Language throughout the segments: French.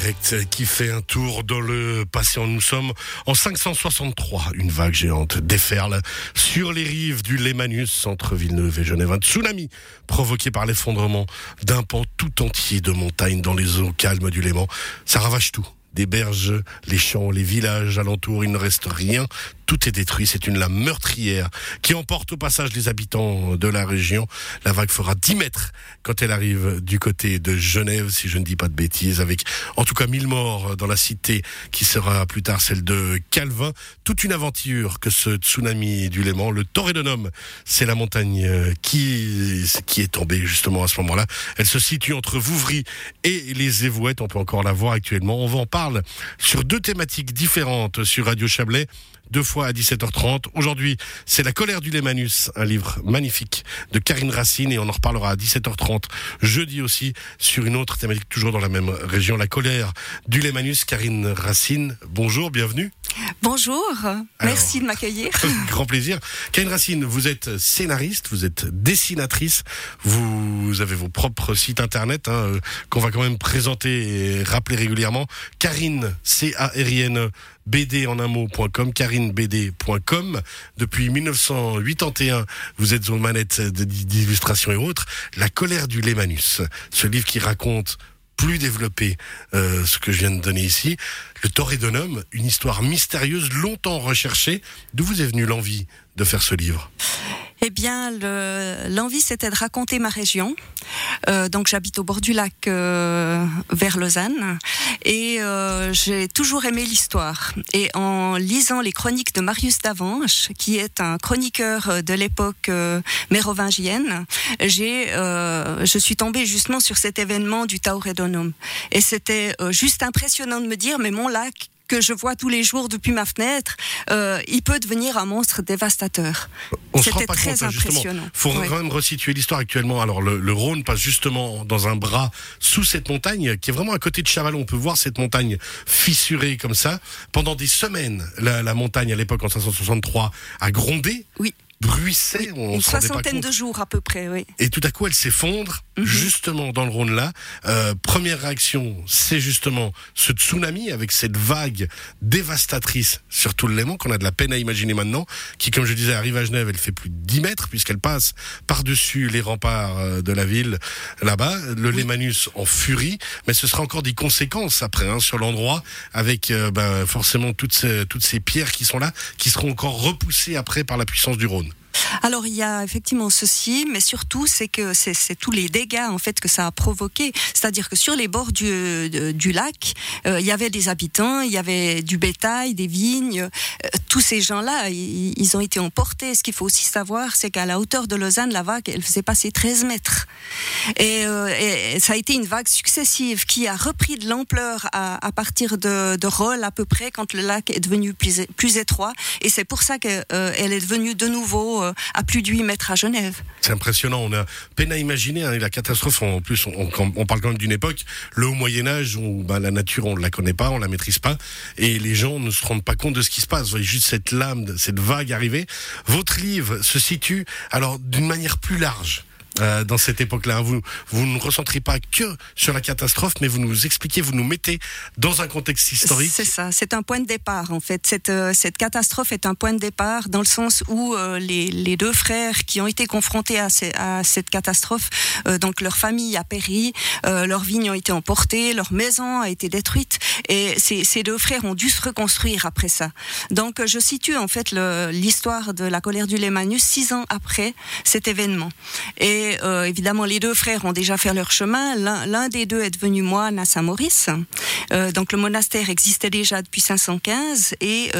direct qui fait un tour dans le passé. Nous sommes en 563. Une vague géante déferle sur les rives du Lémanus entre Villeneuve et Genève. Un tsunami provoqué par l'effondrement d'un pan tout entier de montagne dans les eaux calmes du Léman. Ça ravage tout. Des berges, les champs, les villages alentours, il ne reste rien. Tout est détruit. C'est une lame meurtrière qui emporte au passage les habitants de la région. La vague fera 10 mètres quand elle arrive du côté de Genève, si je ne dis pas de bêtises, avec en tout cas 1000 morts dans la cité qui sera plus tard celle de Calvin. Toute une aventure que ce tsunami du Léman. Le Torredonum, c'est la montagne qui est tombée justement à ce moment-là. Elle se situe entre Vouvry et les Évouettes. On peut encore la voir actuellement. On en parle sur 2 thématiques différentes sur Radio Chablais. 2 fois à 17h30. Aujourd'hui, c'est La colère du Lémanus, un livre magnifique de Karine Racine, et on en reparlera à 17h30 jeudi aussi sur une autre thématique toujours dans la même région. La colère du Lémanus, Karine Racine. Bonjour, bienvenue. Bonjour, merci de m'accueillir. Grand plaisir. Karine Racine, vous êtes scénariste, vous êtes dessinatrice, vous avez vos propres sites internet qu'on va quand même présenter et rappeler régulièrement. Karine, C-A-R-I-N-E, BD en un mot.com, karinebd.com. Depuis 1981, vous êtes aux manettes d'illustration et autres. La colère du Lémanus, ce livre qui raconte plus développé ce que je viens de donner ici. Le Torredonum, une histoire mystérieuse, longtemps recherchée. D'où vous est venue l'envie de faire ce livre ? Eh bien, l'envie, c'était de raconter ma région. Donc, j'habite au bord du lac, vers Lausanne. Et j'ai toujours aimé l'histoire. Et en lisant les chroniques de Marius d'Avanches, qui est un chroniqueur de l'époque mérovingienne, je suis tombée justement sur cet événement du Torredonum. Et c'était juste impressionnant de me dire, mais mon lac, que je vois tous les jours depuis ma fenêtre, il peut devenir un monstre dévastateur. C'était très impressionnant. Il faut quand même resituer l'histoire actuellement. Alors le Rhône passe justement dans un bras sous cette montagne qui est vraiment à côté de Chavalon. On peut voir cette montagne fissurée comme ça. Pendant des semaines, la montagne à l'époque en 563 a grondé. Oui. Bruissait, une soixantaine de jours à peu près, oui. Et tout à coup, elle s'effondre, justement dans le Rhône-là. Première réaction, c'est justement ce tsunami avec cette vague dévastatrice sur tout le Léman qu'on a de la peine à imaginer maintenant, qui, comme je disais, arrive à Genève, elle fait plus de 10 mètres puisqu'elle passe par-dessus les remparts de la ville là-bas. Le Lémanus en furie, mais ce sera encore des conséquences après sur l'endroit, avec forcément toutes ces pierres qui sont là, qui seront encore repoussées après par la puissance du Rhône. Alors il y a effectivement ceci, mais surtout c'est que c'est tous les dégâts en fait que ça a provoqué. C'est-à-dire que sur les bords du lac, il y avait des habitants, il y avait du bétail, des vignes. Tous ces gens-là, ils ont été emportés. Ce qu'il faut aussi savoir, c'est qu'à la hauteur de Lausanne, la vague, elle faisait passer 13 mètres. Et ça a été une vague successive qui a repris de l'ampleur à partir de Rolle à peu près, quand le lac est devenu plus étroit. Et c'est pour ça qu'elle est devenue de nouveau à plus de 8 mètres à Genève. C'est impressionnant, on a peine à imaginer la catastrophe. En plus, on parle quand même d'une époque, le haut Moyen-Âge, où la nature, on ne la connaît pas, on ne la maîtrise pas, et les gens ne se rendent pas compte de ce qui se passe. Vous voyez juste cette lame, cette vague arriver. Votre livre se situe alors d'une manière plus large. Dans cette époque-là, vous ne recentrez pas que sur la catastrophe, mais vous nous expliquez, vous nous mettez dans un contexte historique. C'est ça, c'est un point de départ en fait. Cette catastrophe est un point de départ dans le sens où les 2 frères qui ont été confrontés à cette catastrophe, donc leur famille a péri, leurs vignes ont été emportées, leur maison a été détruite, et ces 2 frères ont dû se reconstruire après ça. Donc je situe en fait l'histoire de la colère du Lémanus 6 ans après cet événement. Et évidemment, les 2 frères ont déjà fait leur chemin. L'un des 2 est devenu moine à Saint-Maurice. Donc le monastère existait déjà depuis 515 et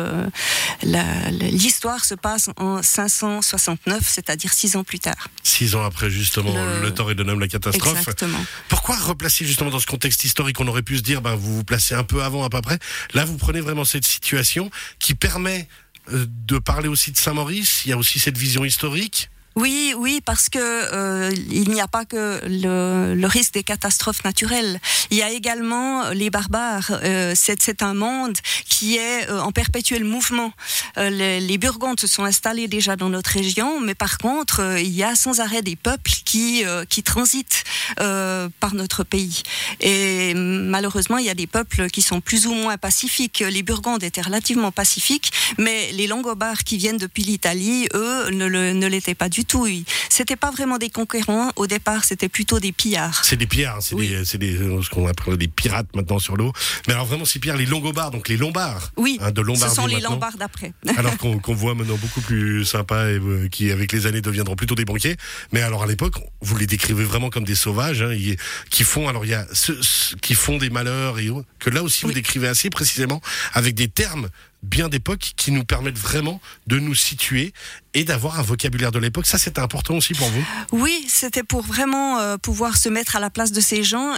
l'histoire se passe en 569, c'est-à-dire 6 ans plus tard. 6 ans après justement le Torredonum, la catastrophe. Exactement. Pourquoi replacer justement dans ce contexte historique? On aurait pu se dire, vous vous placez un peu avant, un peu après. Là, vous prenez vraiment cette situation qui permet de parler aussi de Saint-Maurice. Il y a aussi cette vision historique. Oui, parce que il n'y a pas que le risque des catastrophes naturelles. Il y a également les barbares. C'est un monde qui est en perpétuel mouvement. Les Burgondes se sont installés déjà dans notre région, mais par contre, il y a sans arrêt des peuples qui transitent par notre pays. Et malheureusement, il y a des peuples qui sont plus ou moins pacifiques. Les Burgondes étaient relativement pacifiques, mais les Langobards qui viennent depuis l'Italie, eux, ne l'étaient pas du tout. C'était pas vraiment des conquérants au départ, c'était plutôt des pillards. C'est des pillards, c'est ce qu'on appelle des pirates maintenant sur l'eau. Mais alors vraiment, ces pillards, les Longobards, donc les Lombards. Oui, de Lombardie ce sont les maintenant. Lombards d'après. Alors qu'on voit maintenant beaucoup plus sympas et qui, avec les années, deviendront plutôt des banquiers. Mais alors à l'époque, vous les décrivez vraiment comme des sauvages, qui font, alors il y a ceux qui font des malheurs et que là aussi vous décrivez assez précisément avec des termes bien d'époque qui nous permettent vraiment de nous situer et d'avoir un vocabulaire de l'époque. Ça, c'était important aussi pour vous? Oui, c'était pour vraiment pouvoir se mettre à la place de ces gens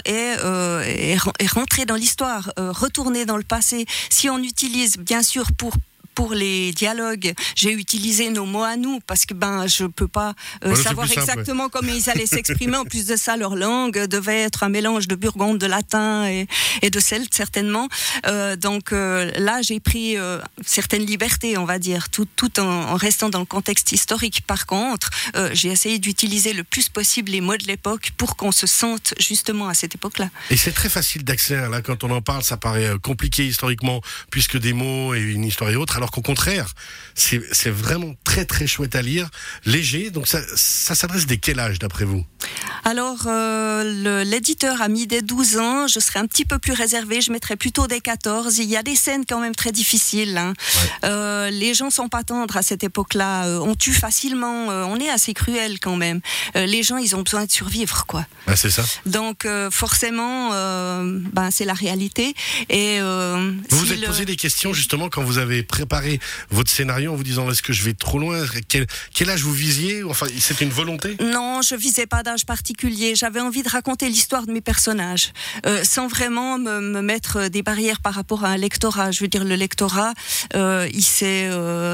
et rentrer dans l'histoire, retourner dans le passé. Si on utilise, bien sûr, pour les dialogues, j'ai utilisé nos mots à nous parce que je peux pas savoir exactement comment ils allaient s'exprimer. En plus de ça, leur langue devait être un mélange de burgonde, de latin et de celte certainement. Donc là, j'ai pris certaines libertés, on va dire, tout en restant dans le contexte historique. Par contre, j'ai essayé d'utiliser le plus possible les mots de l'époque pour qu'on se sente justement à cette époque-là. Et c'est très facile d'accès. Là, quand on en parle, ça paraît compliqué historiquement puisque des mots et une histoire et autres. Alors qu'au contraire, c'est vraiment très très chouette à lire, léger. Donc ça s'adresse dès quel âge d'après vous? Alors l'éditeur a mis des 12 ans, je serais un petit peu plus réservée, je mettrais plutôt des 14. Il y a des scènes quand même très difficiles. Ouais. Les gens sont pas tendres à cette époque-là, on tue facilement, on est assez cruel quand même. Les gens, ils ont besoin de survivre, quoi. Ah, c'est ça. Donc forcément, c'est la réalité. Et vous vous êtes posé des questions justement quand vous avez préparé votre scénario en vous disant est-ce que je vais trop loin? Quel âge vous visiez? Enfin, c'était une volonté? Non, je visais pas d'âge particulier. J'avais envie de raconter l'histoire de mes personnages, sans vraiment me mettre des barrières par rapport à un lectorat. Je veux dire, le lectorat, il s'est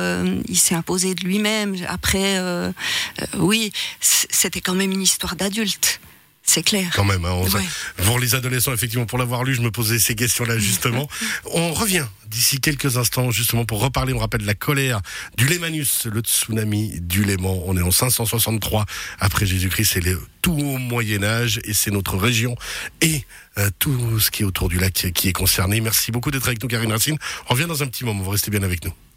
imposé de lui-même. Après, oui, c'était quand même une histoire d'adulte. C'est clair. Quand même, pour les adolescents, effectivement, pour l'avoir lu, je me posais ces questions-là, justement. On revient d'ici quelques instants, justement, pour reparler, on rappelle, la colère du Lémanus, le tsunami du Léman. On est en 563 après Jésus-Christ, c'est le tout au Moyen-Âge, et c'est notre région, et tout ce qui est autour du lac qui est concerné. Merci beaucoup d'être avec nous, Karine Racine. On revient dans un petit moment, vous restez bien avec nous.